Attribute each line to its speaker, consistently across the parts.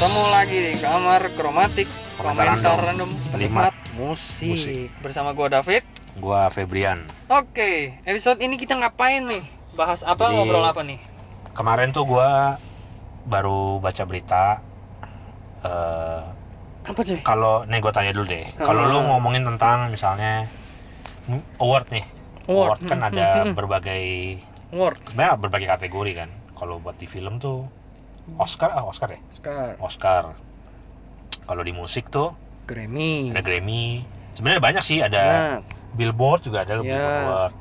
Speaker 1: Ketemu lagi di kamar kromatik, komentar random
Speaker 2: penikmat
Speaker 1: musik. Bersama gua David,
Speaker 2: gua Febrian.
Speaker 1: Oke, episode ini kita ngapain nih? Bahas apa,
Speaker 2: Jadi,
Speaker 1: ngobrol apa nih?
Speaker 2: Kemarin tuh gua baru baca berita.
Speaker 1: Apa cuy?
Speaker 2: Kalau nih gue tanya dulu deh. Kalau lu ngomongin tentang misalnya award nih, award kan ada berbagai
Speaker 1: award,
Speaker 2: sebenarnya berbagai kategori kan. Kalau buat di film tuh Oscar ya. Oscar. Kalau di musik tuh
Speaker 1: Grammy.
Speaker 2: ada Grammy. Sebenarnya banyak sih, ada Billboard juga ada Billboard Award.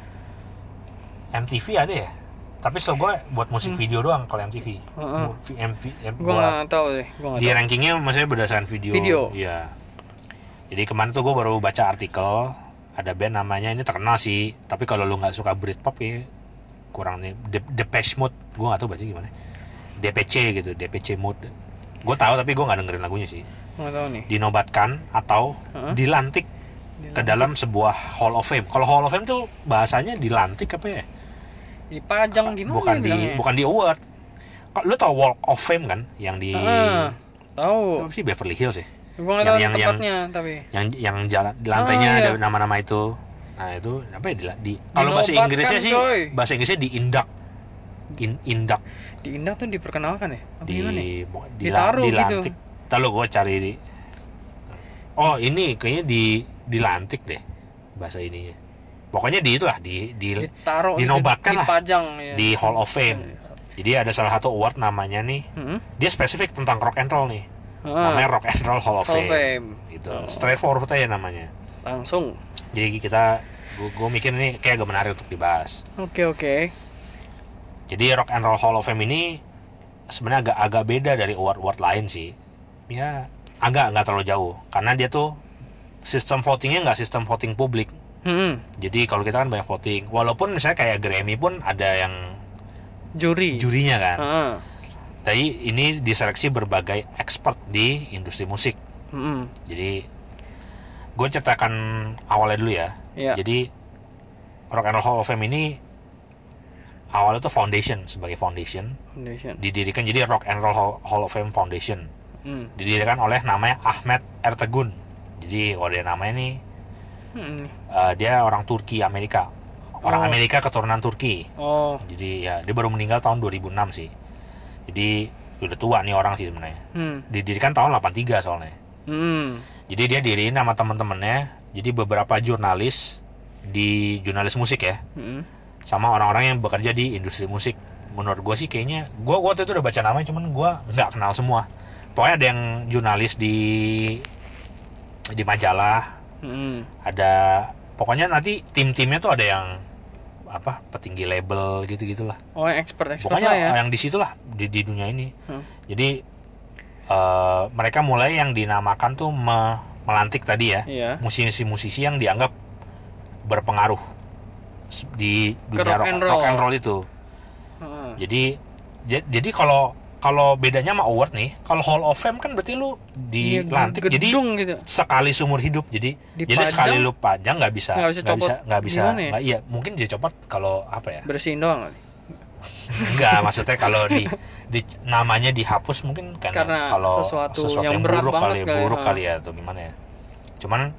Speaker 2: MTV ada ya? Tapi so gue buat musik video doang kalau MTV.
Speaker 1: Gue nggak tahu deh.
Speaker 2: Di rankingnya maksudnya berdasarkan video. Iya. Jadi kemarin tuh gue baru baca artikel, ada band namanya, ini terkenal sih. Tapi kalau lu nggak suka Britpop ya kurang nih. Depeche Mode, gue nggak tahu baca gimana. DPC gitu, DPC Mode. Gue tahu tapi gue nggak dengerin lagunya sih.
Speaker 1: Nggak tahu nih.
Speaker 2: Dinobatkan atau dilantik ke dalam sebuah Hall of Fame. Kalau Hall of Fame tuh bahasanya dilantik apa ya?
Speaker 1: Dipajang gimana?
Speaker 2: Bukan di award. Lu tau Walk of Fame kan yang di
Speaker 1: tahu.
Speaker 2: Apa sih, Beverly Hills ya?
Speaker 1: Gua nggak tahu tempatnya tapi.
Speaker 2: Yang jalan di lantainya ada nama-nama itu. Nah, itu apa ya di kalau bahasa Inggrisnya sih bahasa Inggrisnya diindak.
Speaker 1: Diindak tuh diperkenalkan ya? Apa gimana?
Speaker 2: Ditaruh dilantik. Gitu. Lalu gue cari Oh, ini kayaknya dilantik deh bahasa ininya. Pokoknya itulah dinobatkan lah di Hall of Fame. Jadi ada salah satu award namanya nih, dia spesifik tentang rock and roll nih, namanya Rock and Roll Hall of Fame. Gitu, straightforward aja namanya.
Speaker 1: Langsung.
Speaker 2: Jadi gue mikir ini kayak agak menarik untuk dibahas.
Speaker 1: Oke.
Speaker 2: Jadi Rock and Roll Hall of Fame ini sebenarnya agak beda dari award lain sih. Ya nggak terlalu jauh, karena dia tuh sistem votingnya nggak sistem voting publik. Jadi kalau kita kan banyak voting, walaupun misalnya kayak Grammy pun ada yang jurinya kan. Tapi ini diseleksi berbagai expert di industri musik. Jadi gue ceritakan awalnya dulu ya. Jadi Rock and Roll Hall of Fame ini awalnya tuh sebagai foundation. Didirikan jadi Rock and Roll Hall of Fame Foundation. Didirikan oleh namanya Ahmet Ertegun. Jadi kalau dia namanya nih dia orang Turki Amerika. Amerika keturunan Turki. Jadi ya dia baru meninggal tahun 2006 sih. Jadi udah tua nih orang sih sebenarnya. Didirikan tahun 83 soalnya. Jadi dia diriin sama teman-temannya. Jadi beberapa jurnalis musik ya. Sama orang-orang yang bekerja di industri musik. Menurut gue sih kayaknya gue waktu itu udah baca namanya, cuman gue nggak kenal semua. Pokoknya ada yang jurnalis di majalah. Ada pokoknya nanti tim-timnya tuh ada yang petinggi label gitu-gitulah.
Speaker 1: Expert
Speaker 2: pokoknya
Speaker 1: ya?
Speaker 2: Yang di situlah di dunia ini. Jadi mereka mulai yang dinamakan tuh melantik tadi ya, musisi-musisi yang dianggap berpengaruh di dunia rock and roll itu. Jadi kalau bedanya sama award nih, kalau Hall of Fame kan berarti lu dilantik jadi
Speaker 1: gitu.
Speaker 2: Sekali seumur hidup. Jadi sekali lu pajang nggak bisa iya, mungkin dia copot kalau apa ya?
Speaker 1: Bersihin doang kali.
Speaker 2: Enggak, maksudnya kalau di namanya dihapus mungkin karena kalau sesuatu yang buruk kali ya atau gimana ya. Cuman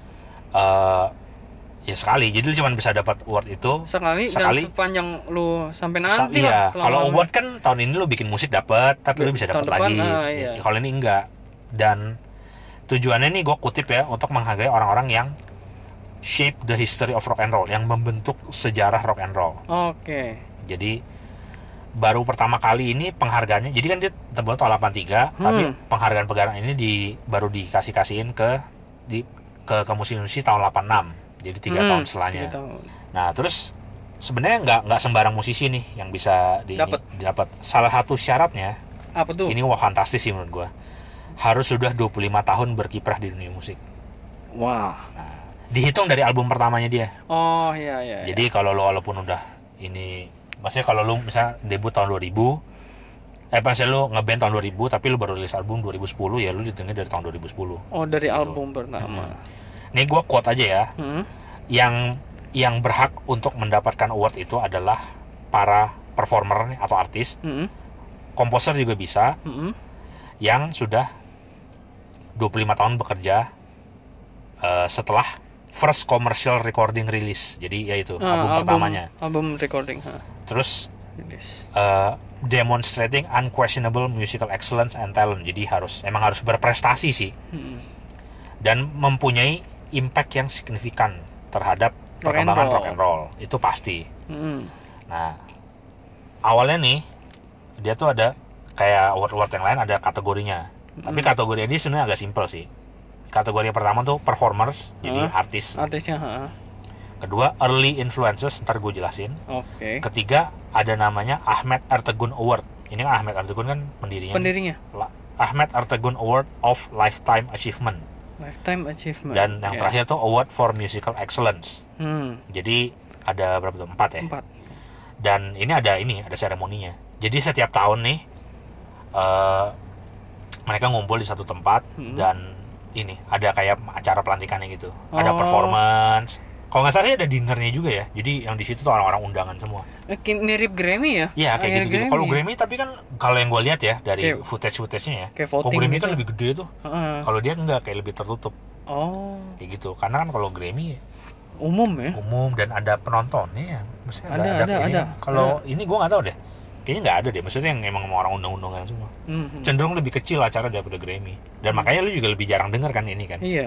Speaker 2: ya sekali, jadi lu cuma bisa dapat award itu sekali
Speaker 1: dan sepanjang lu sampai nanti
Speaker 2: lah. Kalau award kan tahun ini lu bikin musik dapat, tapi lu bisa dapat lagi. Kalau ini enggak. Dan tujuannya nih gue kutip ya, untuk menghargai orang-orang yang shape the history of rock and roll, yang membentuk sejarah rock and roll. Jadi baru pertama kali ini penghargaannya, jadi kan dia terbentuk tahun 83, tapi penghargaan ini baru dikasihin ke musisi tahun 86. Jadi 3 tahun setelahnya. Nah terus sebenarnya nggak sembarang musisi nih yang bisa didapat. Salah satu syaratnya
Speaker 1: apa tuh?
Speaker 2: Ini fantastis sih menurut gue. Harus sudah 25 tahun berkiprah di dunia musik.
Speaker 1: Nah,
Speaker 2: dihitung dari album pertamanya dia.
Speaker 1: Iya.
Speaker 2: Jadi kalau lo walaupun udah ini, maksudnya kalau lo misalnya debut tahun 2000, misalnya lo ngeband tahun 2000 tapi lo baru rilis album 2010, ya lo dihitungnya dari tahun 2010.
Speaker 1: Dari gitu. Album pertama.
Speaker 2: Nih gue quote aja ya. Yang berhak untuk mendapatkan award itu adalah para performer atau artis, komposer juga bisa, yang sudah 25 tahun bekerja setelah first commercial recording release. Jadi ya itu album pertamanya.
Speaker 1: Album recording.
Speaker 2: Terus demonstrating unquestionable musical excellence and talent. Jadi emang harus berprestasi sih. Dan mempunyai impact yang signifikan terhadap perkembangan rock and roll. Itu pasti. Nah, awalnya nih dia tuh ada kayak award yang lain ada kategorinya. Tapi kategori ini sebenarnya agak simpel sih. Kategori pertama tuh performers, jadi
Speaker 1: artisnya.
Speaker 2: Kedua early influences, ntar gue jelasin.
Speaker 1: Oke.
Speaker 2: Ketiga ada namanya Ahmet Ertegun Award. Ini kan Ahmet Ertegun kan pendirinya. Ahmet Ertegun Award of Lifetime Achievement. Dan yang terakhir tuh Award for Musical Excellence. Jadi ada berapa tuh? 4 ya? 4. Dan ini ada seremoninya. Jadi setiap tahun nih mereka ngumpul di satu tempat dan ini ada kayak acara pelantikannya gitu. Ada performance. Kalau nggak salah ada dinnernya juga ya. Jadi yang di situ tuh orang-orang undangan semua.
Speaker 1: Mirip Grammy ya?
Speaker 2: Iya kayak gitu. Kalau Grammy tapi kan kalau yang gue lihat ya dari footage-nya ya. Kalau Grammy gitu kan lebih gede tuh. Kalau dia enggak, kayak lebih tertutup. Kayak gitu. Karena kan kalau Grammy
Speaker 1: umum ya.
Speaker 2: Umum dan ada penontonnya ya. Maksudnya ada. Kalau ini gue nggak tahu deh. Kayaknya nggak ada deh, maksudnya yang emang orang undang-undangan semua. Cenderung lebih kecil acara daripada Grammy. Dan makanya lu juga lebih jarang dengar kan ini kan.
Speaker 1: Iya.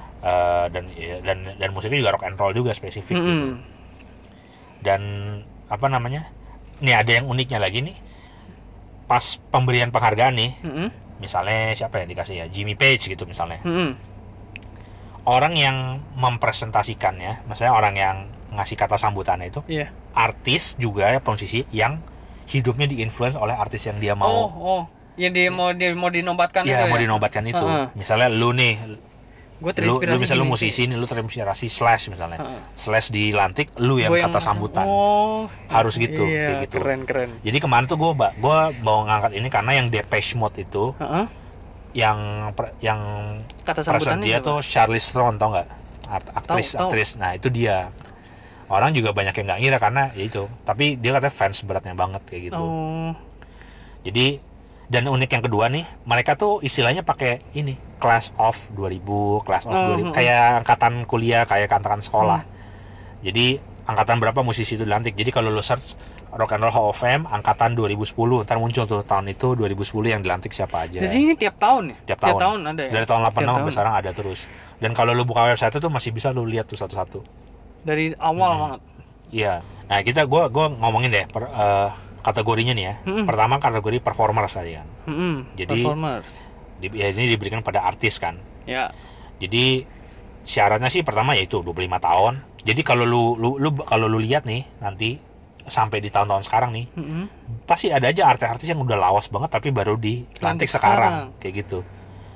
Speaker 2: Dan musiknya juga rock and roll juga spesifik gitu. Dan apa namanya? Nih ada yang uniknya lagi nih. Pas pemberian penghargaan nih, misalnya siapa yang dikasih ya? Jimmy Page gitu misalnya. Orang yang mempresentasikannya, maksudnya orang yang ngasih kata sambutannya itu, artis juga ya posisi yang hidupnya diinfluence oleh artis yang dia mau.
Speaker 1: Yang dia mau dinobatkan itu ya.
Speaker 2: Iya, mau dinobatkan itu. Misalnya lu nih, lu misalnya lu musisi nih, lu terinspirasi Slash misalnya. Slash dilantik, lu yang kata sambutan. Harus gitu, kayak gitu.
Speaker 1: Keren.
Speaker 2: Jadi kemarin tuh gue mau ngangkat ini karena yang Depeche Mode itu, yang
Speaker 1: kata sambutannya
Speaker 2: dia tuh Charlize Theron, tau nggak? Aktris. Nah itu dia. Orang juga banyak yang nggak ngira karena ya itu, tapi dia katanya fans beratnya banget kayak gitu. Jadi dan unik yang kedua nih, mereka tuh istilahnya pakai ini class of 2000, kayak angkatan kuliah, kayak angkatan sekolah. Jadi angkatan berapa musisi itu dilantik. Jadi kalau lo search Rock and Roll Hall of Fame angkatan 2010, ntar muncul tuh tahun itu 2010 yang dilantik siapa aja.
Speaker 1: Jadi ini tiap tahun ya?
Speaker 2: Tiap tahun
Speaker 1: ada ya?
Speaker 2: Dari tahun 86 sampai sekarang ada terus. Dan kalau lo buka website itu masih bisa lo lihat tuh satu-satu.
Speaker 1: Dari awal banget.
Speaker 2: Iya. Nah gue ngomongin deh kategorinya nih ya. Pertama kategori performers tadi kan. Jadi performers. Ini diberikan pada artis kan.
Speaker 1: Ya.
Speaker 2: Jadi syaratnya sih pertama yaitu 25 tahun. Jadi kalau lu lihat nih nanti sampai di tahun-tahun sekarang nih, pasti ada aja artis-artis yang udah lawas banget tapi baru dilantik sekarang kayak gitu.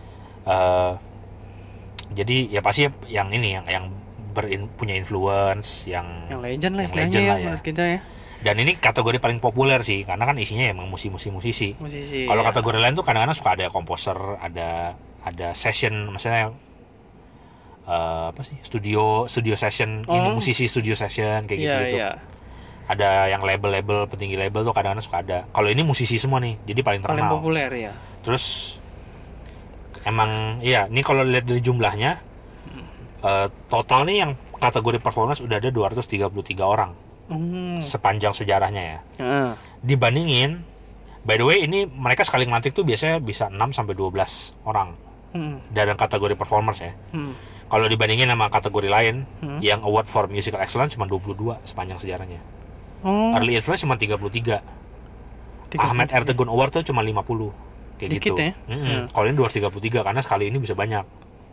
Speaker 2: Jadi ya pasti yang ini yang punya influence yang
Speaker 1: legend lah ya menurut kita ya.
Speaker 2: Dan ini kategori paling populer sih karena kan isinya emang musisi. Kalau kategori lain tuh kadang-kadang suka ada komposer, ada session, maksudnya studio session, ini musisi studio session kayak gitu. Ada yang label petinggi label tuh kadang-kadang suka ada. Kalau ini musisi semua nih, jadi paling terkenal.
Speaker 1: Paling populer ya.
Speaker 2: Terus emang iya, ini kalau lihat dari jumlahnya total nih yang kategori performance udah ada 233 orang sepanjang sejarahnya ya. Dibandingin, by the way ini mereka sekali ngelantik tuh biasanya bisa 6 sampai 12 orang dalam kategori performance ya. Kalau dibandingin sama kategori lain yang award for musical excellence cuma 22 sepanjang sejarahnya. Early influence cuma 33. Ahmet Ertegun Award tuh cuma 50 kayak
Speaker 1: dikit
Speaker 2: gitu.
Speaker 1: Ya?
Speaker 2: Kalau ini 233 karena sekali ini bisa banyak.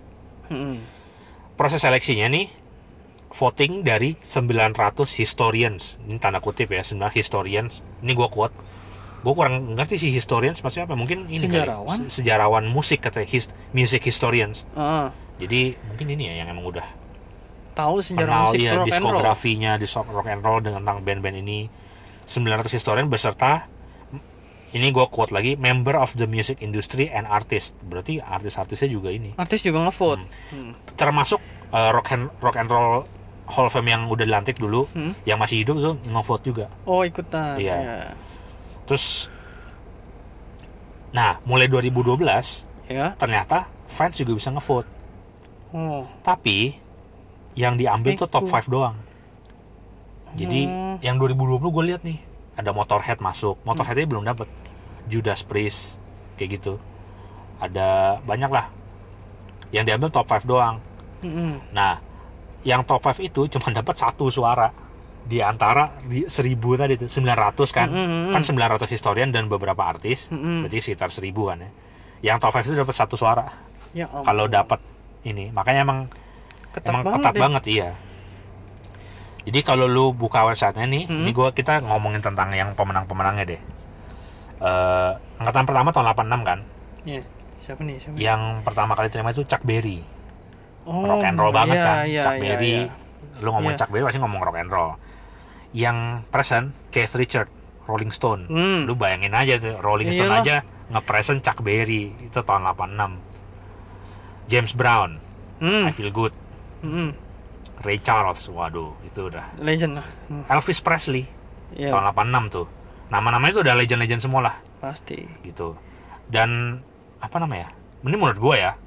Speaker 2: Proses seleksinya nih voting dari 900 historians, ini tanda kutip ya, 9 historians. Ini gue quote, gue kurang ngerti sih historians maksudnya apa, mungkin ini sejarawan musik katanya, music historians. Jadi mungkin ini ya yang emang udah
Speaker 1: tahu sejarah musik
Speaker 2: ya,
Speaker 1: rock
Speaker 2: diskografinya di rock and roll tentang band-band ini. 900 historian beserta, ini gue quote lagi, member of the music industry and artist. Berarti artis-artisnya juga ini.
Speaker 1: Artis juga ngevote.
Speaker 2: Termasuk rock and roll Hall of Fame yang udah dilantik dulu, yang masih hidup tuh ngevote juga.
Speaker 1: Oh ikutan.
Speaker 2: Iya. Terus Nah, mulai 2012
Speaker 1: Ya.
Speaker 2: ternyata fans juga bisa ngevote.
Speaker 1: Oh.
Speaker 2: Tapi yang diambil tuh top
Speaker 1: Itu.
Speaker 2: 5 doang. Jadi yang 2020 gue lihat nih, ada Motorhead masuk. Motorheadnya belum dapet. Judas Priest kayak gitu. Ada banyak lah. Yang diambil top 5 doang. Nah, yang top 5 itu cuma dapat 1 suara di antara 1000 tadi tuh, 900 kan. Kan 900 historian dan beberapa artis. Berarti sekitar 1000 kan ya. Yang top 5 itu dapat 1 suara.
Speaker 1: Ya ampun.
Speaker 2: Kalau dapat ini, makanya emang ketat
Speaker 1: ya.
Speaker 2: banget iya. Jadi kalau lu buka websitenya nih, ini kita ngomongin tentang yang pemenang-pemenangnya deh. Angkatan pertama tahun 86 kan.
Speaker 1: Iya. Siapa nih?
Speaker 2: Yang pertama kali terima itu Chuck Berry.
Speaker 1: Oh,
Speaker 2: Rock and roll banget
Speaker 1: iya,
Speaker 2: kan.
Speaker 1: iya,
Speaker 2: Chuck
Speaker 1: iya,
Speaker 2: Berry.
Speaker 1: iya.
Speaker 2: Lu ngomong
Speaker 1: Iya.
Speaker 2: Chuck Berry pasti ngomong rock and roll. Yang present Keith Richards, Rolling Stone. Lu bayangin aja tuh, Rolling Stone
Speaker 1: Iyalah.
Speaker 2: aja nge-present Chuck Berry itu tahun 86. James Brown, I Feel Good. Ray Charles, waduh, itu udah.
Speaker 1: Legend lah.
Speaker 2: Elvis Presley,
Speaker 1: Iya.
Speaker 2: tahun 86 tuh. Nama-namanya itu udah legend-legend semua lah,
Speaker 1: Pasti.
Speaker 2: gitu. Dan apa namanya? Ini menurut gue ya,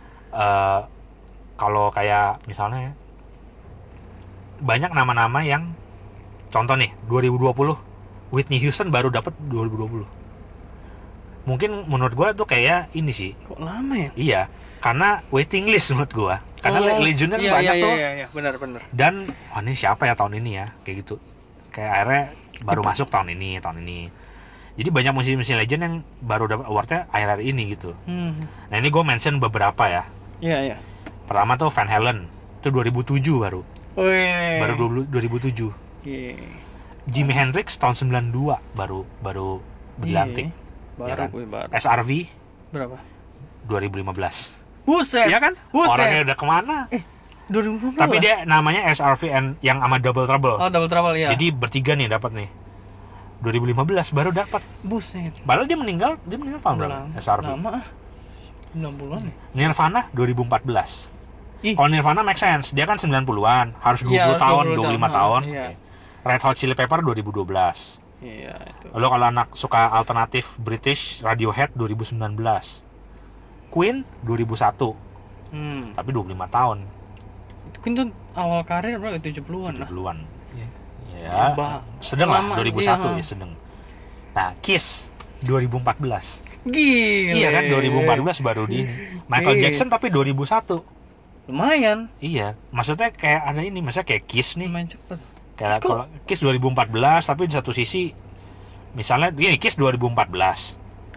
Speaker 2: kalau kayak misalnya banyak nama-nama yang contoh nih 2020 Whitney Houston baru dapat 2020. Mungkin menurut gue tuh kayak ini sih.
Speaker 1: Kok lama ya?
Speaker 2: Iya, karena waiting list menurut gue. Karena legendnya kan banyak tuh.
Speaker 1: Iya, benar.
Speaker 2: Dan ini siapa ya tahun ini ya, kayak gitu. Kayak akhirnya baru masuk tahun ini. Jadi banyak musisi-musisi legend yang baru dapat awardnya akhir-akhir ini gitu. Nah ini gue mention beberapa ya.
Speaker 1: Iya.
Speaker 2: Pertama tuh Van Halen, itu 2007 baru.
Speaker 1: Wih.
Speaker 2: Baru 2007.
Speaker 1: Iya.
Speaker 2: Jimi Hendrix tahun 92 baru berlantik.
Speaker 1: Baru,
Speaker 2: Ya kan?
Speaker 1: baru.
Speaker 2: SRV
Speaker 1: Berapa?
Speaker 2: 2015.
Speaker 1: Buset.
Speaker 2: Iya kan?
Speaker 1: Buset.
Speaker 2: Orangnya udah kemana?
Speaker 1: 2015.
Speaker 2: Tapi dia namanya SRV yang sama Double Trouble.
Speaker 1: Oh, Double Trouble ya.
Speaker 2: Jadi bertiga nih dapat nih. 2015 baru dapat.
Speaker 1: Buset.
Speaker 2: Padahal dia meninggal tahun berapa? SRV.
Speaker 1: Lama ah. 90-an ya.
Speaker 2: Nirvana 2014.
Speaker 1: Ih.
Speaker 2: Kalau Nirvana make sense, dia kan 90-an, harus 20
Speaker 1: Iya,
Speaker 2: tahun,
Speaker 1: 20
Speaker 2: 25 tahun.
Speaker 1: Iya.
Speaker 2: Oke. Red Hot Chili Pepper 2012.
Speaker 1: Iya, itu.
Speaker 2: Lalu kalau anak suka alternatif British, Radiohead 2019. Queen 2001. Tapi 25 tahun.
Speaker 1: Itu kan tuh awal karir berapa? 70-an lah.
Speaker 2: 70-an. Ya,
Speaker 1: Bah,
Speaker 2: sedang lah
Speaker 1: lama,
Speaker 2: 2001
Speaker 1: iya.
Speaker 2: ya sedang. Nah, Kiss 2014.
Speaker 1: Gila.
Speaker 2: Iya kan 2014 baru di Michael
Speaker 1: Iya.
Speaker 2: Jackson tapi 2001.
Speaker 1: Lumayan.
Speaker 2: Iya, maksudnya kayak ada ini, maksudnya kayak Kiss nih.
Speaker 1: Lumayan cepet.
Speaker 2: Kayak
Speaker 1: Kiss kok-
Speaker 2: kalau Kiss 2014 tapi di satu sisi misalnya gini, Kiss 2014.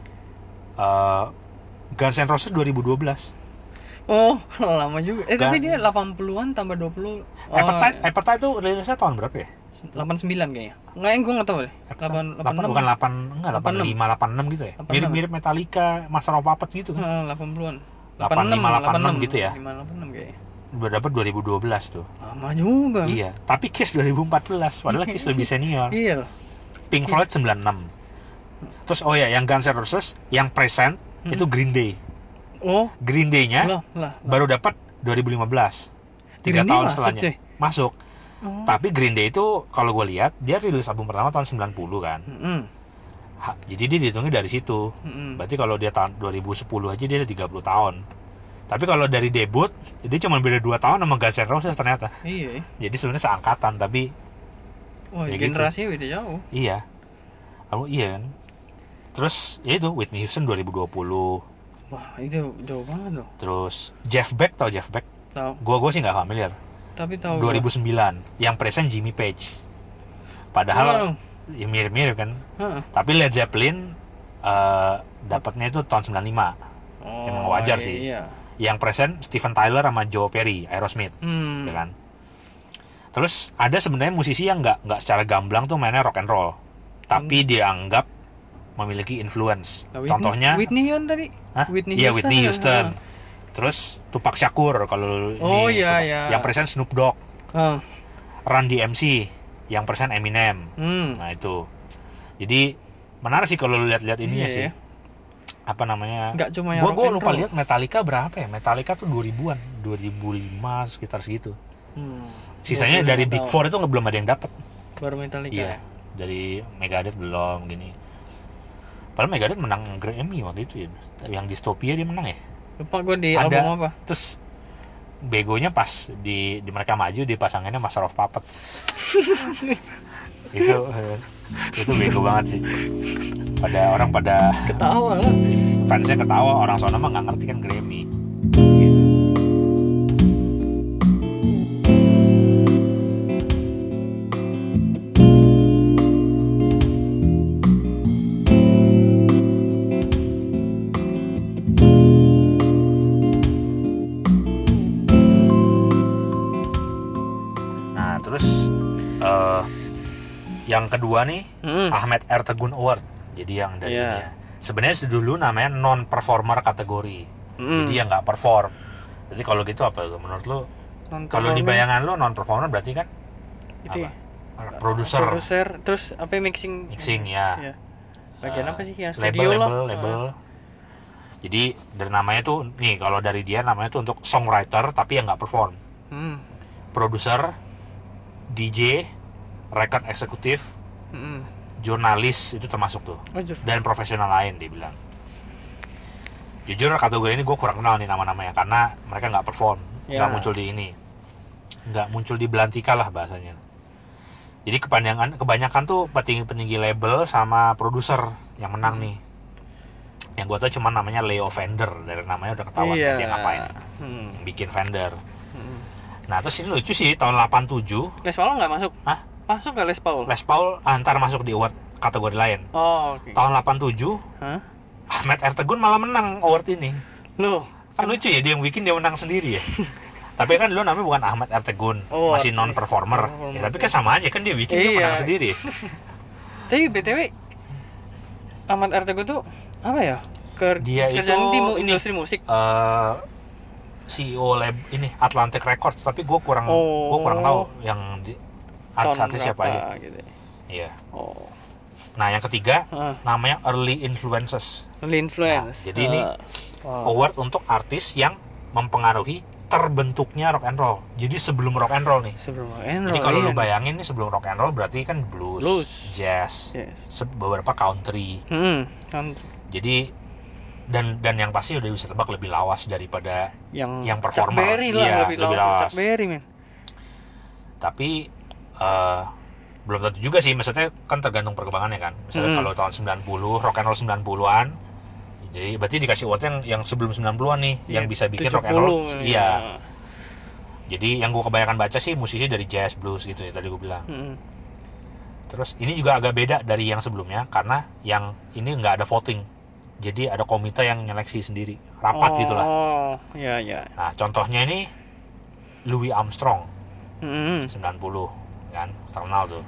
Speaker 2: Guns N' Roses 2012.
Speaker 1: Oh, lama juga. Tapi
Speaker 2: Kan-
Speaker 1: dia 80-an tambah 20.
Speaker 2: Appetite itu rilisnya tahun berapa ya?
Speaker 1: 89 kayaknya. Enggak, gue enggak tahu deh. 86.
Speaker 2: Bukan 85, 86 gitu ya.
Speaker 1: 86.
Speaker 2: Mirip-mirip Metallica, Master of Puppets gitu kan.
Speaker 1: 80-an.
Speaker 2: 85, 86 gitu ya.
Speaker 1: 86 kayaknya.
Speaker 2: Udah dapat 2012 tuh.
Speaker 1: Lama juga.
Speaker 2: Iya, tapi Kiss 2014, padahal Kiss lebih senior.
Speaker 1: Iya loh.
Speaker 2: Pink Floyd 96. Terus oh ya, yang Guns N' Roses yang present itu Green Day.
Speaker 1: Oh,
Speaker 2: Green Day-nya
Speaker 1: lah.
Speaker 2: baru dapat 2015. 3
Speaker 1: Green Day
Speaker 2: tahun
Speaker 1: masuk,
Speaker 2: setelahnya.
Speaker 1: cuy.
Speaker 2: Masuk.
Speaker 1: Oh.
Speaker 2: Tapi Green Day itu kalau gue lihat dia rilis album pertama tahun 90 kan. Jadi dia dihitungnya dari situ. Berarti kalau dia tahun 2010 aja dia ada 30 tahun. Tapi kalau dari debut dia cuma beda 2 tahun sama Guns N' Roses ternyata.
Speaker 1: Iya.
Speaker 2: Jadi sebenarnya seangkatan tapi
Speaker 1: Wah,
Speaker 2: ya
Speaker 1: generasi beda jauh.
Speaker 2: iya. Kamu iya kan. Terus ya itu Whitney Houston 2020.
Speaker 1: Wah, itu jauh banget loh.
Speaker 2: Terus Jeff Beck, tau Jeff Beck?
Speaker 1: Tahu.
Speaker 2: Gue sih nggak familiar.
Speaker 1: Tapi tahu.
Speaker 2: 2009 yang present Jimmy Page. Padahal ya mirip-mirip kan. Tapi Led Zeppelin dapatnya itu tahun 95.
Speaker 1: Oh,
Speaker 2: Emang wajar sih.
Speaker 1: Iya.
Speaker 2: Yang present Steven Tyler sama Joe Perry, Aerosmith, ya kan. Terus ada sebenarnya musisi yang nggak secara gamblang tuh mainnya rock and roll, tapi dianggap memiliki influence.
Speaker 1: Nah,
Speaker 2: Contohnya,
Speaker 1: Whitney Houston tadi.
Speaker 2: Hah? Iya Whitney Houston. Terus Tupac Shakur kalau
Speaker 1: Oh,
Speaker 2: ini,
Speaker 1: iya,
Speaker 2: Tupac.
Speaker 1: iya.
Speaker 2: Yang present Snoop Dogg,
Speaker 1: Ah.
Speaker 2: Run DMC, yang present Eminem. Nah itu, jadi menarik sih kalau lihat-lihat ininya
Speaker 1: Iya,
Speaker 2: sih.
Speaker 1: ya.
Speaker 2: Apa namanya?
Speaker 1: Nggak cuma yang
Speaker 2: Gue
Speaker 1: rock and
Speaker 2: lupa
Speaker 1: roll.
Speaker 2: lihat Metallica berapa ya? Metallica tuh 2000-an, 2005 sekitar segitu. Sisanya
Speaker 1: 25
Speaker 2: dari Big
Speaker 1: tahun.
Speaker 2: Four itu belum ada yang dapat.
Speaker 1: Baru Metallica.
Speaker 2: Iya. Dari Megadeth belum gini. Padahal Megadeth menang Grammy waktu itu ya. Yang Dystopia dia menang ya.
Speaker 1: Lupa gue di
Speaker 2: Ada.
Speaker 1: album apa.
Speaker 2: Terus begonya pas di mereka maju dipasangannya Master of Puppets. itu bego banget sih. Pada orang pada
Speaker 1: Ketawa lah.
Speaker 2: fansnya ketawa, orang sono mah nggak ngerti kan Grammy. Nah terus yang kedua nih Ahmet Ertegun Award. Jadi yang dari ini ya. Sebenarnya dulu namanya non performer kategori. Jadi yang nggak perform. Jadi kalau gitu apa menurut lu? Kalau di bayangan lu non performer berarti kan
Speaker 1: itu
Speaker 2: apa? Produser
Speaker 1: terus apa mixing
Speaker 2: ya.
Speaker 1: Bagian apa sih yang studio
Speaker 2: label. Jadi dari namanya tuh nih, kalau dari dia namanya tuh untuk songwriter tapi yang nggak perform. Produser, DJ, record eksekutif, jurnalis itu termasuk tuh. Dan profesional lain dia bilang. Jujur kategori ini gue kurang kenal nih nama-namanya karena mereka nggak perform, nggak muncul di ini, nggak muncul di Belantika lah bahasanya. Jadi kebanyakan tuh petinggi label sama produser yang menang nih. Yang gue tau cuma namanya Leo Fender, dari namanya udah ketahuan dia ngapain, bikin Fender. Nah terus ini lucu sih, tahun 87
Speaker 1: Les Paul nggak masuk?
Speaker 2: Hah?
Speaker 1: Masuk nggak Les Paul?
Speaker 2: Les Paul antar masuk di award kategori lain.
Speaker 1: Okay.
Speaker 2: Tahun 87 Ahmet Ertegun malah menang award ini.
Speaker 1: Loh,
Speaker 2: kan lucu ya, dia yang bikin dia menang sendiri ya. Tapi kan dulu namanya bukan Ahmet Ertegun, masih non performer. Ya, tapi kan sama aja kan dia bikin dia menang sendiri.
Speaker 1: Tapi BTW Ahmet Ertegun tuh apa ya?
Speaker 2: Dia itu
Speaker 1: di industri musik.
Speaker 2: CEO lab ini Atlantic Records, tapi gue kurang tahu yang di artis siapa aja. Gitu. Iya. Nah yang ketiga namanya Early Influences. Nah, jadi ini award untuk artis yang mempengaruhi terbentuknya rock and roll. Jadi sebelum rock and roll nih. Jadi kalau lu bayangin nih, sebelum rock and roll berarti kan blues. Jazz, beberapa country. Jadi dan yang pasti udah bisa tebak lebih lawas daripada yang performer.
Speaker 1: Chuck Berry lah, lebih lawas. Chuck Berry, men.
Speaker 2: Tapi belum tentu juga sih, maksudnya kan tergantung perkembangannya kan. Misalnya kalau tahun 90, rock and roll 90-an, jadi berarti dikasih award yang sebelum 90-an nih, yang bisa bikin rock and roll. Iya. Jadi yang gue kebanyakan baca sih musisi dari jazz, blues gitu ya tadi gue bilang. Terus ini juga agak beda dari yang sebelumnya karena yang ini nggak ada voting. Jadi ada komite yang nyeleksi sendiri, rapat gitulah.
Speaker 1: Iya.
Speaker 2: Nah, contohnya ini Louis Armstrong, 90 kan, terkenal tuh.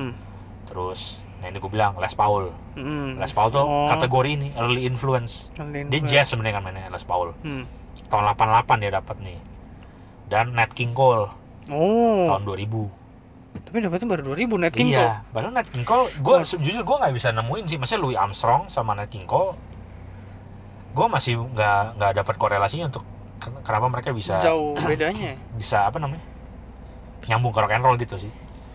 Speaker 2: Terus, nah ini gue bilang Les Paul. Les Paul tuh kategori ini early influence. Dia jazz sebenarnya kan mainnya Les Paul. Tahun 88 dia dapat nih. Dan Nat King Cole. Tahun 2000.
Speaker 1: Tapi dapetnya baru 2000 Nat King Cole.
Speaker 2: Iya, padahal Nat King Cole, jujur gue nggak bisa nemuin sih. Maksudnya Louis Armstrong sama Nat King Cole, gue masih nggak dapat korelasinya untuk kenapa mereka bisa
Speaker 1: jauh bedanya.
Speaker 2: Bisa apa namanya? Nyambung ke rock and roll gitu sih.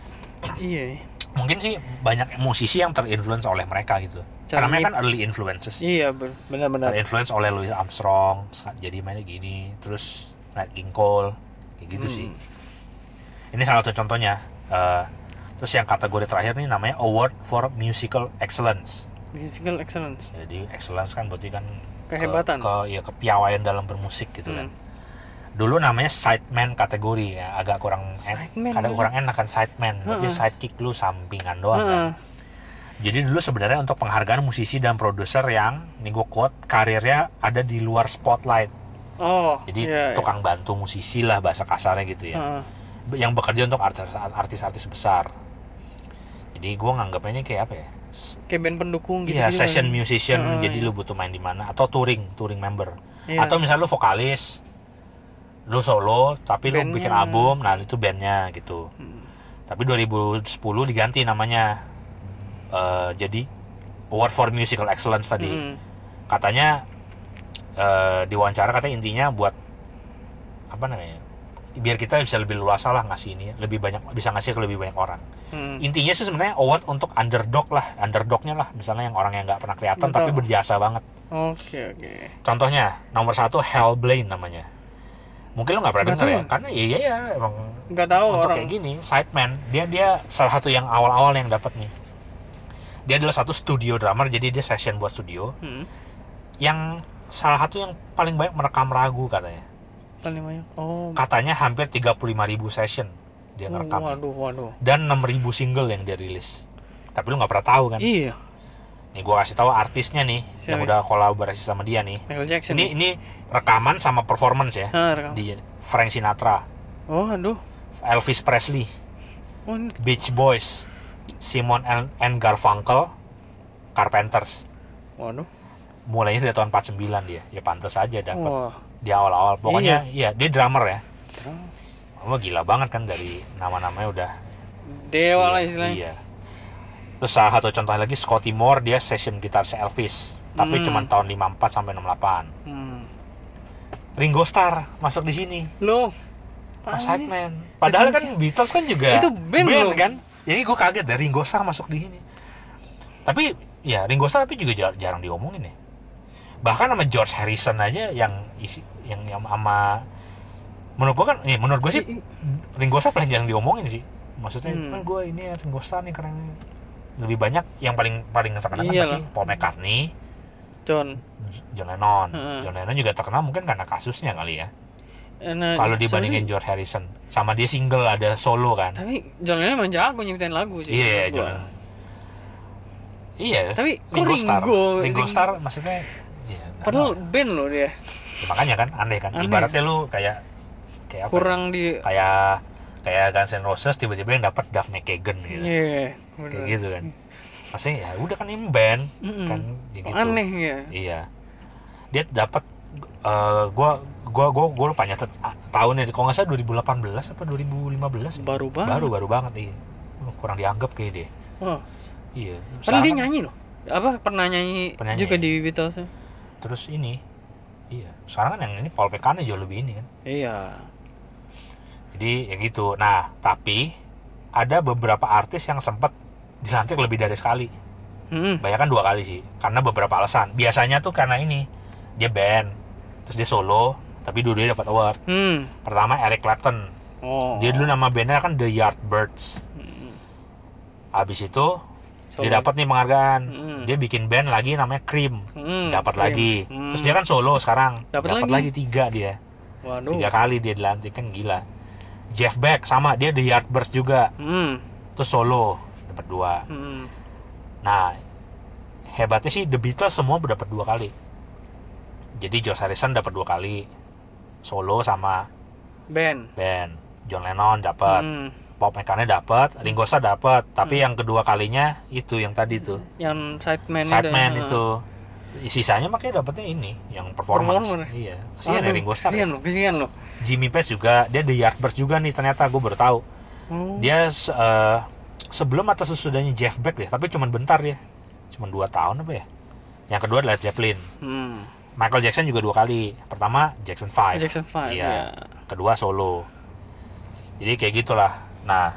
Speaker 1: Iya.
Speaker 2: Mungkin sih banyak musisi yang terinfluence oleh mereka gitu. Karena mereka kan early influences.
Speaker 1: Iya, benar-benar.
Speaker 2: Terinfluence oleh Louis Armstrong, jadi mainnya gini, terus Nat King Cole, kayak gitu sih. Ini salah satu contohnya. Terus yang kategori terakhir nih namanya Award for Musical Excellence.
Speaker 1: Musical Excellence.
Speaker 2: Jadi excellence kan berarti kan
Speaker 1: kehebatan.
Speaker 2: Kepiawaian dalam bermusik gitu kan. Dulu namanya sideman kategori ya, agak kurang enak kan sideman. Berarti sidekick lu sampingan doang kan. Jadi dulu sebenarnya untuk penghargaan musisi dan produser yang nih gue quote, karirnya ada di luar spotlight. Jadi tukang bantu musisi lah bahasa kasarnya gitu ya. Yang bekerja untuk artis-artis besar. Jadi gue nganggapnya ini kayak apa ya?
Speaker 1: Kayak band pendukung gitu.
Speaker 2: Iya, session musician. Jadi lu butuh main di mana atau touring member. Atau misalnya lu vokalis, lu solo tapi bandnya. Lu bikin album, nah itu bandnya gitu. Tapi 2010 diganti namanya jadi Award for Musical Excellence tadi. Katanya diwawancara katanya intinya buat apa namanya? biar kita bisa lebih luas lah ngasih ini, lebih banyak, bisa ngasih ke lebih banyak orang. Intinya sih sebenarnya award untuk underdognya lah, misalnya yang orang yang nggak pernah kelihatan tapi berjasa banget.
Speaker 1: Oke.
Speaker 2: Contohnya nomor 1 Hellblade namanya, mungkin lo nggak pernah
Speaker 1: Nggak
Speaker 2: dengar ya,
Speaker 1: tahu.
Speaker 2: karena iya emang
Speaker 1: Nggak tahu
Speaker 2: untuk
Speaker 1: orang.
Speaker 2: kayak gini sideman, dia salah satu yang awal-awal yang dapat nih. Dia adalah satu studio drummer, jadi dia session buat studio, yang salah satu yang paling banyak merekam lagu katanya.
Speaker 1: Paling banyak. Oh.
Speaker 2: Katanya hampir 35.000 session dia ngerekam.
Speaker 1: Waduh.
Speaker 2: Dan 6.000 single yang dia rilis. Tapi lu nggak pernah tahu kan?
Speaker 1: Iya.
Speaker 2: Nih gua kasih tahu artisnya nih yang udah kolaborasi sama dia nih.
Speaker 1: Michael Jackson.
Speaker 2: Ini rekaman sama performance ya.
Speaker 1: Rekam.
Speaker 2: Di Frank Sinatra,
Speaker 1: Oh, aduh.
Speaker 2: Elvis Presley,
Speaker 1: Oh, ini.
Speaker 2: Beach Boys, Simon and Garfunkel, Carpenters.
Speaker 1: Waduh.
Speaker 2: Mulainya dari tahun 49 dia. Ya pantas aja dapat.
Speaker 1: Wah.
Speaker 2: Di awal-awal. Pokoknya iya, dia drummer ya. Wah, gila banget kan, dari nama-namanya udah
Speaker 1: Dewa lah istilahnya.
Speaker 2: Iya. Terus salah satu contohnya lagi Scotty Moore, dia session gitar Elvis, tapi cuma tahun 54 sampai 68. Ringo Starr masuk di sini.
Speaker 1: Loh.
Speaker 2: Sideman. Padahal kan Beatles kan juga
Speaker 1: itu band
Speaker 2: kan. Jadi gue kaget dari Ringo Starr masuk di sini. Tapi ya Ringo Starr tapi juga jarang diomongin ya. Bahkan sama George Harrison aja yang sama, menurut gue sih Ringo Starr paling jarang diomongin sih. Maksudnya gue ini ya Ringo Starr nih karena lebih banyak yang paling terkenal kan masih Paul McCartney, John Lennon. John Lennon juga terkenal mungkin karena kasusnya kali ya. Kalau dibandingin George Harrison, sama dia single ada solo kan.
Speaker 1: Tapi John Lennon emang jago nyiptain lagu sih.
Speaker 2: Iya, John Lennon. Iya.
Speaker 1: Tapi
Speaker 2: Ringo Starr maksudnya ya,
Speaker 1: padahal band loh dia.
Speaker 2: Ya, makanya kan aneh kan. Ibaratnya lu kayak apa?
Speaker 1: Kurang di
Speaker 2: kayak Guns N' Roses tiba-tiba yang dapat Duff McKagan gitu.
Speaker 1: Iya,
Speaker 2: kayak gitu kan. Maksudnya ya udah kan ini band kan gitu.
Speaker 1: Aneh ya.
Speaker 2: Iya. Dia dapat gue lupa nyatet tahunnya, kalau nggak salah 2018 apa 2015 ya? Baru banget iya. Kurang dianggap kayak dia.
Speaker 1: Oh.
Speaker 2: Iya.
Speaker 1: Padahal dia nyanyi loh. Pernah nyanyi juga ya? Di Beatles.
Speaker 2: Terus ini iya, sekarang kan yang ini Paul McCartney jauh lebih ini kan.
Speaker 1: Iya.
Speaker 2: Jadi ya gitu. Nah, tapi ada beberapa artis yang sempat dilantik lebih dari sekali. Banyak kan 2 kali sih, karena beberapa alasan. Biasanya tuh karena ini dia band, terus dia solo, tapi dua-duanya dapat award. Pertama Eric Clapton. Dia dulu nama bandnya kan The Yardbirds. Abis itu dia dapat nih penghargaan. Dia bikin band lagi namanya Cream. Dapat lagi. Terus dia kan solo sekarang. Dapat lagi 3 dia.
Speaker 1: Waduh.
Speaker 2: 3 kali dia dilantik, kan gila. Jeff Beck sama dia The Yardbirds juga. Terus solo dapat 2. Nah, hebatnya sih The Beatles semua dapat 2 kali. Jadi George Harrison dapat 2 kali solo sama
Speaker 1: band.
Speaker 2: John Lennon dapat, Paul McCartney dapat, Ringo Starr dapat. Tapi yang kedua kalinya itu yang tadi tuh,
Speaker 1: yang sideman
Speaker 2: itu. Sisanya makanya dapatnya ini yang performance. Iya. Kasihan ya Ringo Starr.
Speaker 1: Kasihan loh.
Speaker 2: Jimmy Page juga, dia The Yardbirds juga nih ternyata, gue baru tahu. Dia sebelum atau sesudahnya Jeff Beck deh, tapi cuma bentar ya. Cuma 2 tahun apa ya. Yang kedua adalah Zeppelin. Michael Jackson juga 2 kali. Pertama Jackson 5. Iya. Kedua solo. Jadi kayak gitulah. Nah,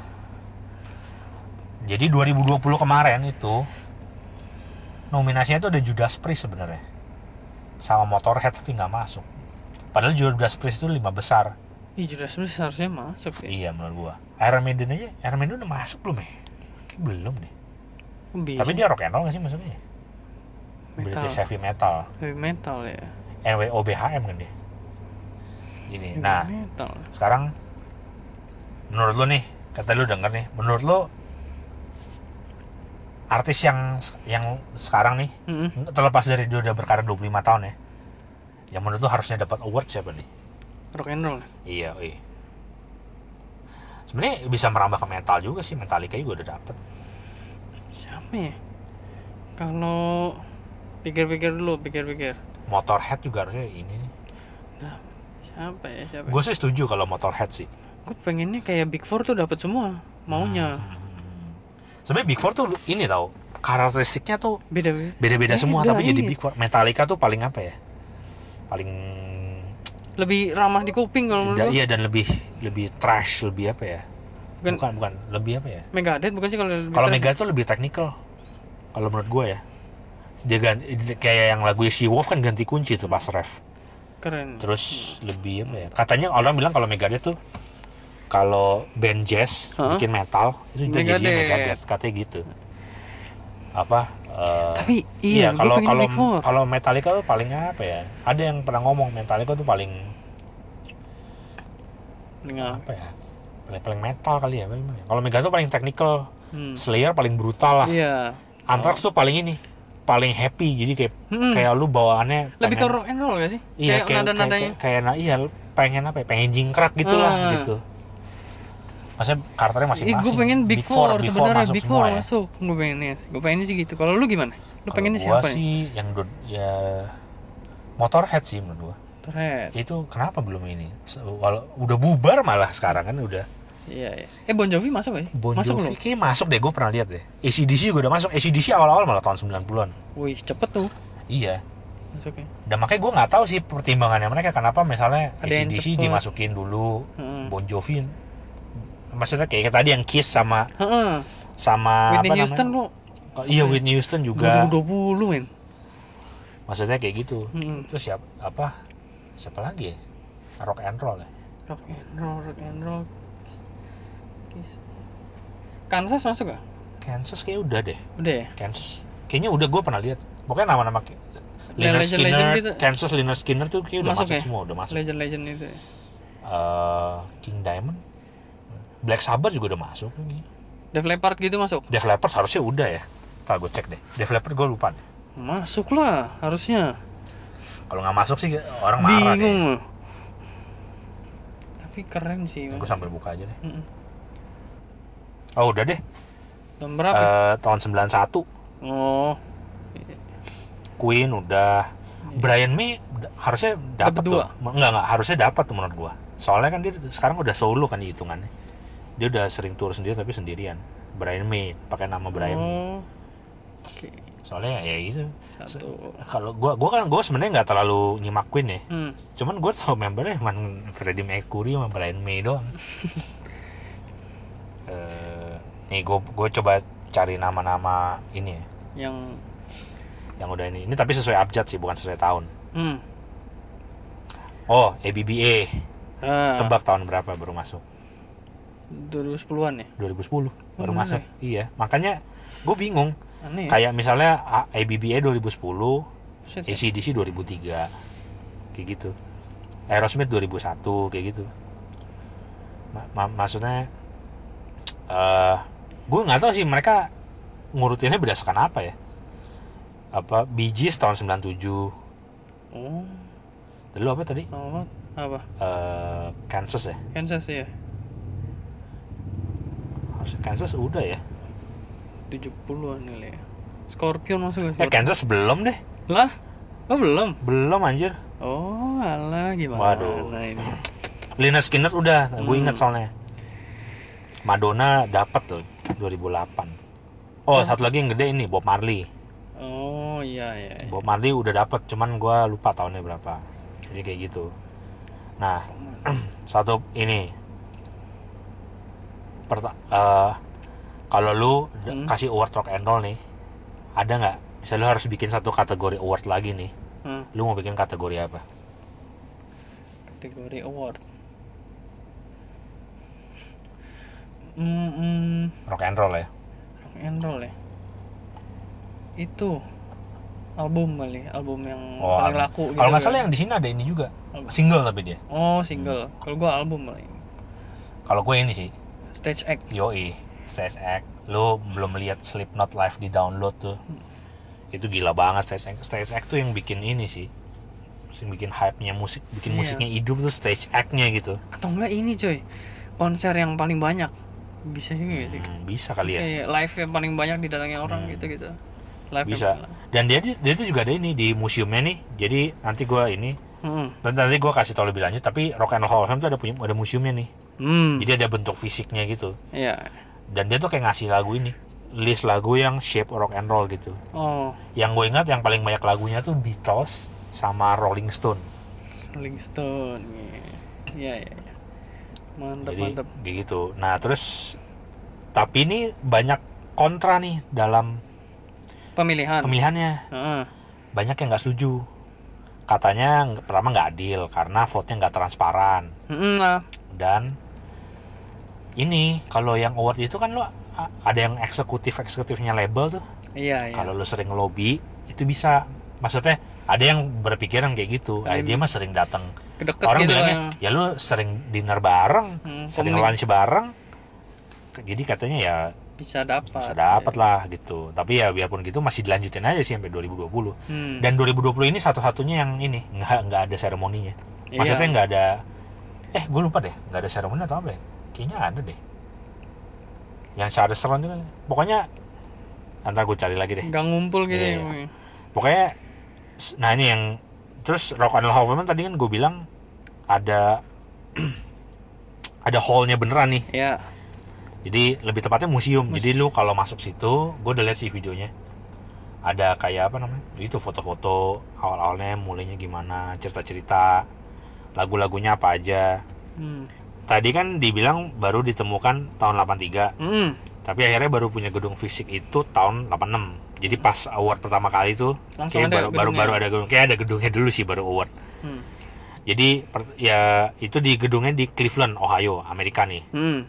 Speaker 2: jadi 2020 kemarin itu nominasinya itu ada Judas Priest sebenarnya, sama Motorhead, tapi nggak masuk. Padahal Judas Priest itu 5 besar.
Speaker 1: Judas Priest harusnya masuk ya.
Speaker 2: Iya menurut gua. Iron Maiden udah masuk belum ya? Kayak belum deh. Tapi dia rock and roll nggak sih masuknya? British heavy metal
Speaker 1: ya.
Speaker 2: NWOBHM kan dia. Ini. Nah, sekarang menurut lu nih, kata lu denger nih, menurut lu artis yang sekarang nih, terlepas dari dia udah berkarir 25 tahun ya, yang menurut lu harusnya dapat award siapa nih?
Speaker 1: Rock and roll.
Speaker 2: Iya. Sebenarnya bisa merambah ke metal juga sih, Metallica juga udah dapet.
Speaker 1: Siapa ya? Kalau pikir-pikir.
Speaker 2: Motorhead juga harusnya ini nih.
Speaker 1: Nah, siapa ya?
Speaker 2: Gue sih setuju kalau Motorhead sih.
Speaker 1: Gue pengennya kayak Big Four tuh dapat semua maunya.
Speaker 2: Sebenarnya Big Four tuh ini tau, karakteristiknya tuh beda-beda semua, tapi jadi Big Four. Metallica tuh paling apa ya? Paling
Speaker 1: lebih ramah di kuping kalau menurut gua.
Speaker 2: Iya, dan lebih trash, lebih apa ya?
Speaker 1: Bukan
Speaker 2: Bukan, lebih apa ya?
Speaker 1: Megadeth bukan sih kalau lebih
Speaker 2: Kalau
Speaker 1: trash?
Speaker 2: Megadeth tuh lebih technical. Kalau menurut gue ya. Dia kayak yang lagu She Wolf kan ganti kunci tuh pas ref.
Speaker 1: Keren.
Speaker 2: Terus lebih apa ya? Katanya orang bilang kalau Megadeth tuh kalau band jazz bikin metal itu udah jadinya Megadeth, katanya gitu. Apa?
Speaker 1: Tapi
Speaker 2: iya,
Speaker 1: gua pengen Big Four.
Speaker 2: kalau Metallica tuh paling apa ya? Ada yang pernah ngomong Metallica tuh paling apa ya? Paling metal kali ya. Kalau Megadeth tuh paling technical. Slayer paling brutal lah.
Speaker 1: Iya.
Speaker 2: Anthrax tuh paling ini, paling happy. Jadi kayak lu bawaannya
Speaker 1: lebih ke rock and roll gak sih?
Speaker 2: Iya, kayak nada-nadanya. Iya, pengen apa ya? Pengen jingkrak gitu lah gitu. Maksudnya karakternya masing-masing.
Speaker 1: Gue pengen Big Four sebenarnya, Big Four
Speaker 2: ya?
Speaker 1: masuk. Gue pengennya sih gitu. Kalau lu gimana? Lu pengennya siapa nih?
Speaker 2: Gua sih yang ya Motorhead sih menurut gua.
Speaker 1: Motorhead.
Speaker 2: Itu kenapa belum ini? Udah bubar malah sekarang kan udah.
Speaker 1: Iya. Bon Jovi masuk gak sih?
Speaker 2: Bon
Speaker 1: masuk
Speaker 2: Jovi kayaknya masuk deh, gue pernah lihat deh. AC/DC juga udah masuk. AC/DC awal-awal malah tahun 90-an.
Speaker 1: Wih, cepet tuh.
Speaker 2: Iya.
Speaker 1: Masuknya.
Speaker 2: Dan makanya gue nggak tahu sih pertimbangannya mereka kenapa misalnya AC/DC dimasukin dulu, Bon Jovi. Maksudnya kayak tadi yang Kiss sama
Speaker 1: Whitney Houston lu.
Speaker 2: Iya, Whitney Houston juga.
Speaker 1: 2020 men.
Speaker 2: Maksudnya kayak gitu. Terus siapa lagi ya? Rock and roll ya.
Speaker 1: Rock and roll. Kansas masuk gak?
Speaker 2: Kansas kayaknya udah deh.
Speaker 1: Udah ya?
Speaker 2: Kansas kayaknya udah, gue pernah lihat. Pokoknya nama-nama Lynyrd Skynyrd gitu. Kansas Lynyrd Skynyrd tuh kayaknya udah masuk ya? Semua udah masuk.
Speaker 1: Legend itu ya?
Speaker 2: King Diamond, Black Sabbath juga udah masuk nih.
Speaker 1: Def Leppard gitu masuk?
Speaker 2: Def Leppard harusnya udah ya. Ntar gue cek deh. Def Leppard gue lupa deh.
Speaker 1: Masuk lah harusnya.
Speaker 2: Kalau nggak masuk sih orang marah deh.
Speaker 1: Bingung. Tapi keren sih.
Speaker 2: Gue sambil buka aja deh. Oh udah deh.
Speaker 1: Tahun berapa?
Speaker 2: Tahun 91.
Speaker 1: Oh.
Speaker 2: Queen udah. Brian May harusnya dapat tuh. Enggak, harusnya dapat tuh menurut gua. Soalnya kan dia sekarang udah solo kan hitungannya. Dia udah sering tour sendiri tapi sendirian. Brian May pakai nama Brian May.
Speaker 1: Oke.
Speaker 2: Soalnya ya gitu. Kalau gua sebenarnya nggak terlalu nyimak Queen ya. Cuman gua tau membernya cuma Freddie Mercury sama Brian May doang. Nih gue coba cari nama-nama ini ya. Yang udah ini tapi sesuai abjad sih, bukan sesuai tahun. Oh, ABBA. Tebak tahun berapa baru masuk?
Speaker 1: 2010-an ya?
Speaker 2: 2010 baru masuk. Iya, makanya gue bingung.
Speaker 1: Aneh ya?
Speaker 2: Kayak misalnya ABBA 2010, AC/DC 2003. Kayak gitu. Aerosmith 2001 kayak gitu. Maksudnya gue nggak tahu sih mereka ngurutinnya berdasarkan apa ya. Apa Bee Gees tahun 97.
Speaker 1: Oh.
Speaker 2: Lalu apa tadi?
Speaker 1: Oh, apa?
Speaker 2: Kansas ya?
Speaker 1: Kansas ya.
Speaker 2: Harusnya Kansas udah ya.
Speaker 1: 70-an kali ya. Scorpion masuk gak sih?
Speaker 2: Kansas belum deh.
Speaker 1: Lah? Oh belum?
Speaker 2: Belum anjir.
Speaker 1: Oh alah gimana.
Speaker 2: Waduh.
Speaker 1: Nah, ini.
Speaker 2: Lynyrd Skynyrd udah, gue inget soalnya. Madonna dapat tuh 2008. Oh, satu lagi yang gede ini Bob Marley.
Speaker 1: Oh iya.
Speaker 2: Bob Marley udah dapat, cuman gue lupa tahunnya berapa. Jadi kayak gitu. Nah, satu ini kalau lu kasih award rock and roll nih, ada nggak? Misalnya lu harus bikin satu kategori award lagi nih. Lu mau bikin kategori apa?
Speaker 1: Kategori award.
Speaker 2: Rock and roll ya.
Speaker 1: Rock and roll ya. Itu album kali, album yang paling laku.
Speaker 2: Kalau nggak salah yang di sini ada ini juga. Single tapi dia.
Speaker 1: Oh single. Kalau gua album kali.
Speaker 2: Kalau gue ini sih.
Speaker 1: Stage Act.
Speaker 2: Yoi, Stage Act. Lu belum lihat Slipknot live di download tuh. Itu gila banget Stage Act. Stage Act tuh yang bikin ini sih. Yang bikin hype-nya musik, bikin musiknya hidup tuh Stage Act-nya gitu.
Speaker 1: Atau enggak ini coy, konser yang paling banyak. Bisa juga sih.
Speaker 2: Bisa kali ya.
Speaker 1: Kayak live yang paling banyak didatangi orang gitu. Live
Speaker 2: bisa. Dan dia tuh juga ada ini di museumnya nih. Jadi nanti gue ini. Dan nanti gue kasih tau lebih lanjut. Tapi Rock and Roll Hall of Fame tuh ada museumnya nih. Jadi ada bentuk fisiknya gitu.
Speaker 1: Iya.
Speaker 2: Dan dia tuh kayak ngasih lagu ini, list lagu yang shape rock and roll gitu.
Speaker 1: Oh.
Speaker 2: Yang gue ingat yang paling banyak lagunya tuh Beatles sama Rolling Stone.
Speaker 1: Rolling Stone. Iya. Mantap,
Speaker 2: Jadi
Speaker 1: mantap.
Speaker 2: kayak gitu. Nah terus tapi ini banyak kontra nih dalam pemilihannya.
Speaker 1: Heeh.
Speaker 2: Banyak yang nggak setuju. Katanya pertama nggak adil karena vote-nya nggak transparan.
Speaker 1: Nah.
Speaker 2: Dan ini kalau yang award itu kan lo ada yang eksekutifnya label tuh.
Speaker 1: Iya.
Speaker 2: Kalau lo sering lobby itu bisa. Maksudnya ada yang berpikiran kayak gitu. Dia mah sering datang.
Speaker 1: Kedeket
Speaker 2: Orang
Speaker 1: gitu
Speaker 2: bilangnya ya lu sering dinner bareng, sering lunch bareng. Jadi katanya ya
Speaker 1: bisa dapat
Speaker 2: lah gitu. Tapi ya biarpun gitu masih dilanjutin aja sih sampai 2020. Dan 2020 ini satu-satunya yang ini nggak ada seremoninya. Maksudnya nggak ada. Gue lupa deh, nggak ada seremoni atau apa ya? Kayaknya ada deh. Yang Charles Theron itu kan, pokoknya ntar gue cari lagi deh.
Speaker 1: Nggak ngumpul gitu.
Speaker 2: Yeah. Pokoknya, nah ini yang terus Rock and Roll Hall of Fame tadi kan gue bilang ada ada hallnya beneran nih.
Speaker 1: Iya.
Speaker 2: Jadi lebih tepatnya museum. Jadi lu kalau masuk situ, gue udah lihat sih videonya. Ada kayak apa namanya? Itu foto-foto awal-awalnya, mulainya gimana, cerita-cerita, lagu-lagunya apa aja. Tadi kan dibilang baru ditemukan tahun 83. Tapi akhirnya baru punya gedung fisik itu tahun 86. Jadi pas award pertama kali itu kayak baru ada gedung. Kayak ada gedungnya dulu sih baru award. Jadi ya itu di gedungnya di Cleveland, Ohio, Amerika nih.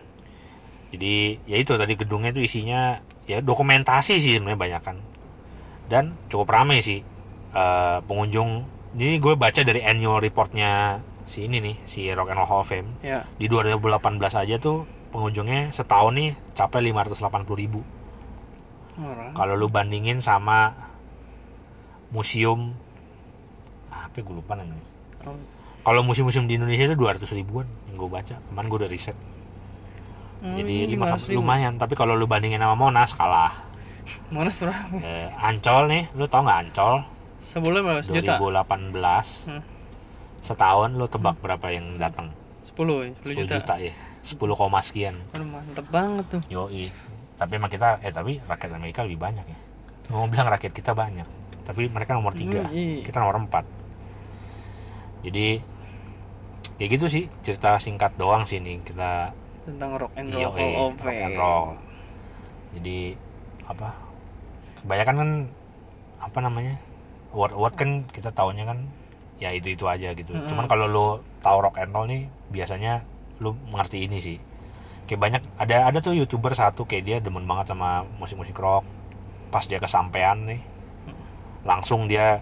Speaker 2: Jadi ya itu tadi gedungnya itu isinya ya dokumentasi sih sebenarnya banyak kan. Dan cukup ramai sih pengunjung. Ini gue baca dari annual reportnya si ini nih, si Rock and Roll Hall of Fame.
Speaker 1: Ya.
Speaker 2: Di 2018 aja tuh pengunjungnya setahun nih capai 580.000. Kalau lu bandingin sama museum apa gue lupa namanya. Kalau museum-museum di Indonesia itu 200 ribuan yang gue baca. Kemarin gue udah riset. Jadi 500 lumayan. Tapi kalau lu bandingin sama Monas kalah.
Speaker 1: Monas berapa?
Speaker 2: Ancol nih, lu tau nggak Ancol?
Speaker 1: Sebulan berapa? Sejuta?
Speaker 2: 2018 setahun lu tebak berapa yang datang?
Speaker 1: 10
Speaker 2: juta ya. 10, sekian.
Speaker 1: Aduh, mantep banget tuh.
Speaker 2: Yoi. Tapi emang kita tapi rakyat Amerika lebih banyak ya. Mau bilang rakyat kita banyak, tapi mereka nomor 3, kita nomor 4. Jadi kayak gitu sih, cerita singkat doang sih nih kita
Speaker 1: tentang Rock and Roll Hall of Fame.
Speaker 2: Rock and Roll. Jadi apa? Kebanyakan kan apa namanya? Award kan kita taunya kan ya itu aja gitu. Cuman kalau lu tahu Rock and Roll nih biasanya lu mengerti ini sih. Kayak banyak ada tuh YouTuber satu kayak dia demen banget sama musik-musik rock. Pas dia kesampean nih langsung dia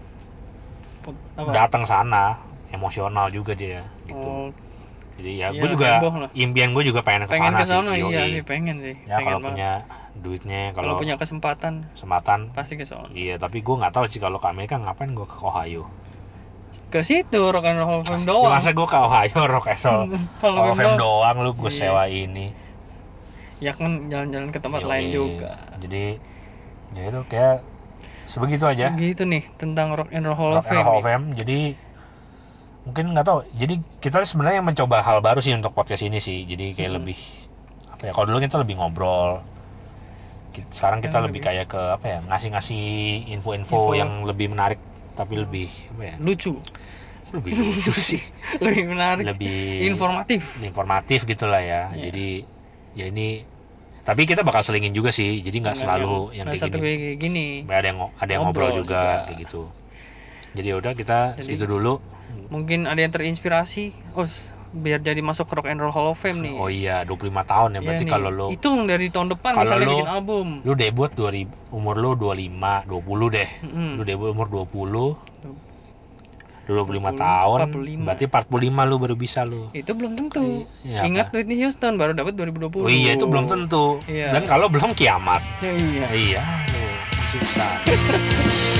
Speaker 2: datang sana, emosional juga dia gitu. Jadi ya gue juga impian gue juga pengen kesana sih.
Speaker 1: Iya, pengen sih.
Speaker 2: Ya kalau punya duitnya, kalau
Speaker 1: punya kesempatan pasti ke sana.
Speaker 2: Iya, tapi gue nggak tahu sih kalau ke Amerika ngapain gue ke Ohio.
Speaker 1: Ke situ Rock and Roll Hall of Fame doang.
Speaker 2: Masa gue ke Ohio Rock and Roll Hall of Fame doang lu gue sewa ini.
Speaker 1: Ya kan jalan-jalan ke tempat lain juga.
Speaker 2: Jadi ya itu kayak sebegitu aja.
Speaker 1: Gitu nih tentang Rock and Roll Hall of
Speaker 2: Fame. Jadi mungkin nggak tahu. Jadi kita sebenarnya mencoba hal baru sih untuk podcast ini sih. Jadi kayak lebih apa ya? Kalau dulu kita lebih ngobrol. Sekarang kita lebih kayak ke apa ya? Ngasih info-info yang lebih menarik tapi lebih apa ya?
Speaker 1: Lucu sih. Lebih menarik. Lebih informatif
Speaker 2: gitulah ya. Jadi ya ini tapi kita bakal selingin juga sih. Jadi nggak selalu yang kayak gini. Ada yang ngobrol juga kayak gitu. Jadi udah kita segitu dulu.
Speaker 1: Mungkin ada yang terinspirasi. Biar jadi masuk ke Rock and Roll Hall of Fame nih.
Speaker 2: Oh iya, 25 tahun ya berarti kalau lo
Speaker 1: hitung dari tahun depan misalnya bikin album.
Speaker 2: Lu debut umur lu 25, 20 deh. Lu debut umur 25 tahun, 45. Berarti 45 lu baru bisa lu.
Speaker 1: Itu belum tentu. Ingat Whitney Houston baru dapat 2020.
Speaker 2: Oh iya, itu belum tentu. Dan kalau belum kiamat.
Speaker 1: Iya.
Speaker 2: Iya, susah.